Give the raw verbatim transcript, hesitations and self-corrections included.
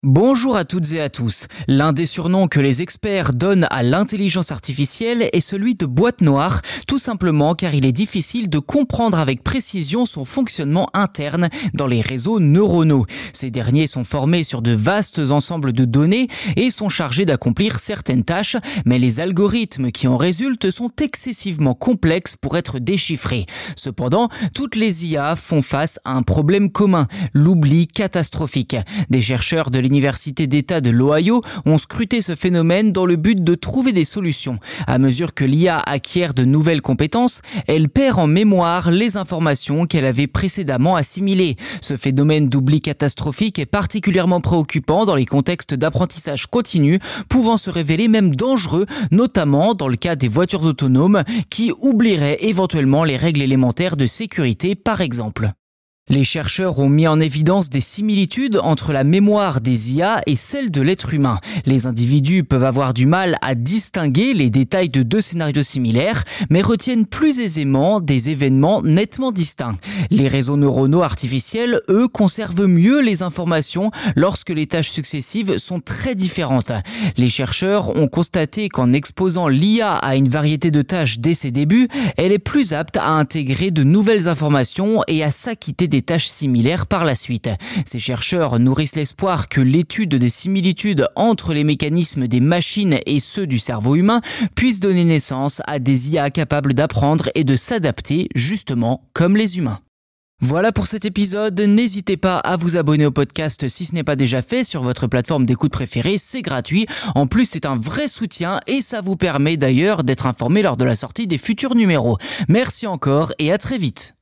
Bonjour à toutes et à tous. L'un des surnoms que les experts donnent à l'intelligence artificielle est celui de boîte noire, tout simplement car il est difficile de comprendre avec précision son fonctionnement interne dans les réseaux neuronaux. Ces derniers sont formés sur de vastes ensembles de données et sont chargés d'accomplir certaines tâches, mais les algorithmes qui en résultent sont excessivement complexes pour être déchiffrés. Cependant, toutes les I A font face à un problème commun, l'oubli catastrophique. Des chercheurs de l'Université d'État de l'Ohio ont scruté ce phénomène dans le but de trouver des solutions. À mesure que l'I A acquiert de nouvelles compétences, elle perd en mémoire les informations qu'elle avait précédemment assimilées. Ce phénomène d'oubli catastrophique est particulièrement préoccupant dans les contextes d'apprentissage continu, pouvant se révéler même dangereux, notamment dans le cas des voitures autonomes qui oublieraient éventuellement les règles élémentaires de sécurité par exemple. Les chercheurs ont mis en évidence des similitudes entre la mémoire des I A et celle de l'être humain. Les individus peuvent avoir du mal à distinguer les détails de deux scénarios similaires, mais retiennent plus aisément des événements nettement distincts. Les réseaux neuronaux artificiels, eux, conservent mieux les informations lorsque les tâches successives sont très différentes. Les chercheurs ont constaté qu'en exposant l'I A à une variété de tâches dès ses débuts, elle est plus apte à intégrer de nouvelles informations et à s'acquitter des tâches similaires par la suite. Ces chercheurs nourrissent l'espoir que l'étude des similitudes entre les mécanismes des machines et ceux du cerveau humain puisse donner naissance à des I A capables d'apprendre et de s'adapter justement comme les humains. Voilà pour cet épisode, n'hésitez pas à vous abonner au podcast si ce n'est pas déjà fait sur votre plateforme d'écoute préférée, c'est gratuit. En plus, c'est un vrai soutien et ça vous permet d'ailleurs d'être informé lors de la sortie des futurs numéros. Merci encore et à très vite.